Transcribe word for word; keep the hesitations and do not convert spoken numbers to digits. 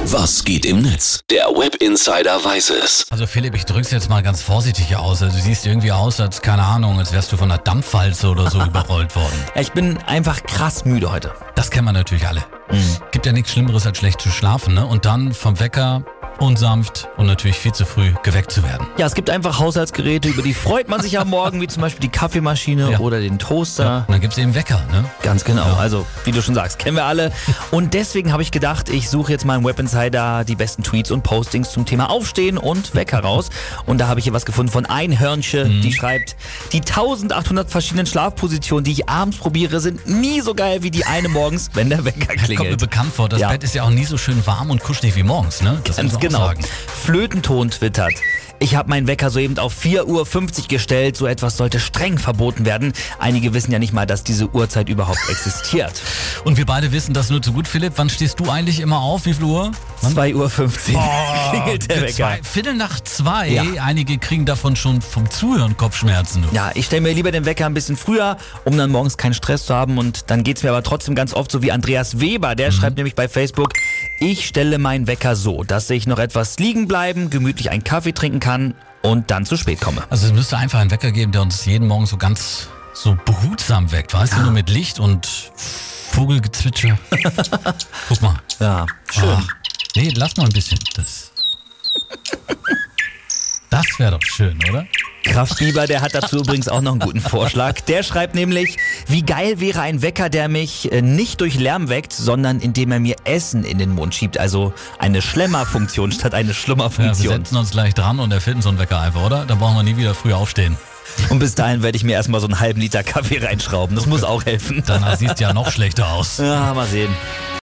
Was geht im Netz? Der Web Insider weiß es. Also Philipp, ich drück's jetzt mal ganz vorsichtig aus. Also du siehst irgendwie aus, als, keine Ahnung, als wärst du von einer Dampfwalze oder so überrollt worden. Ja, ich bin einfach krass müde heute. Das kennen wir natürlich alle. Mhm. Gibt ja nichts Schlimmeres, als schlecht zu schlafen, ne? Und dann vom Wecker unsanft und natürlich viel zu früh geweckt zu werden. Ja, es gibt einfach Haushaltsgeräte, über die freut man sich am Morgen, wie zum Beispiel die Kaffeemaschine Ja. oder den Toaster. Ja, und dann gibt's eben Wecker, ne? Ganz genau. Ja. Also, wie du schon sagst, kennen wir alle. Und deswegen habe ich gedacht, ich suche jetzt mal im Web Insider die besten Tweets und Postings zum Thema Aufstehen und Wecker raus. Und da habe ich hier was gefunden von Einhörnche, Mhm. die schreibt, die eintausendachthundert verschiedenen Schlafpositionen, die ich abends probiere, sind nie so geil wie die eine morgens, wenn der Wecker Das kommt mir klingelt. bekannt vor. Das Ja. Bett ist ja auch nie so schön warm und kuschelig wie morgens, ne? Das Ganz muss man auch genau. sagen. Flötenton twittert. Ich habe meinen Wecker soeben auf vier Uhr fünfzig gestellt. So etwas sollte streng verboten werden. Einige wissen ja nicht mal, dass diese Uhrzeit überhaupt existiert. Und wir beide wissen das nur zu gut, Philipp. Wann stehst du eigentlich immer auf? Wie viel Uhr? Wann? zwei Uhr fünfzehn klingelt der Wecker. Zwei, Viertel nach zwei. Ja. Einige kriegen davon schon vom Zuhören Kopfschmerzen. Du. Ja, ich stelle mir lieber den Wecker ein bisschen früher, um dann morgens keinen Stress zu haben. Und dann geht's mir aber trotzdem ganz oft so wie Andreas Weber. Der schreibt nämlich bei Facebook, ich stelle meinen Wecker so, dass ich noch etwas liegen bleiben, gemütlich einen Kaffee trinken kann und dann zu spät komme. Also es müsste einfach einen Wecker geben, der uns jeden Morgen so ganz so behutsam weckt, weißt du, nur mit Licht und Vogelgezwitscher. Guck mal. Ja, schön. Ah, nee, lass noch ein bisschen. Das, das wäre doch schön, oder? Kraftbiber, der hat dazu übrigens auch noch einen guten Vorschlag. Der schreibt nämlich, wie geil wäre ein Wecker, der mich äh, nicht durch Lärm weckt, sondern indem er mir Essen in den Mund schiebt. Also eine Schlemmerfunktion statt eine Ja, wir Schlummerfunktion. setzen uns gleich dran und erfinden so einen Wecker einfach, oder? Dann brauchen wir nie wieder früh aufstehen. Und bis dahin werde ich mir erstmal so einen halben Liter Kaffee reinschrauben. Das muss auch helfen. Danach siehst du ja noch schlechter aus. Ja, mal sehen.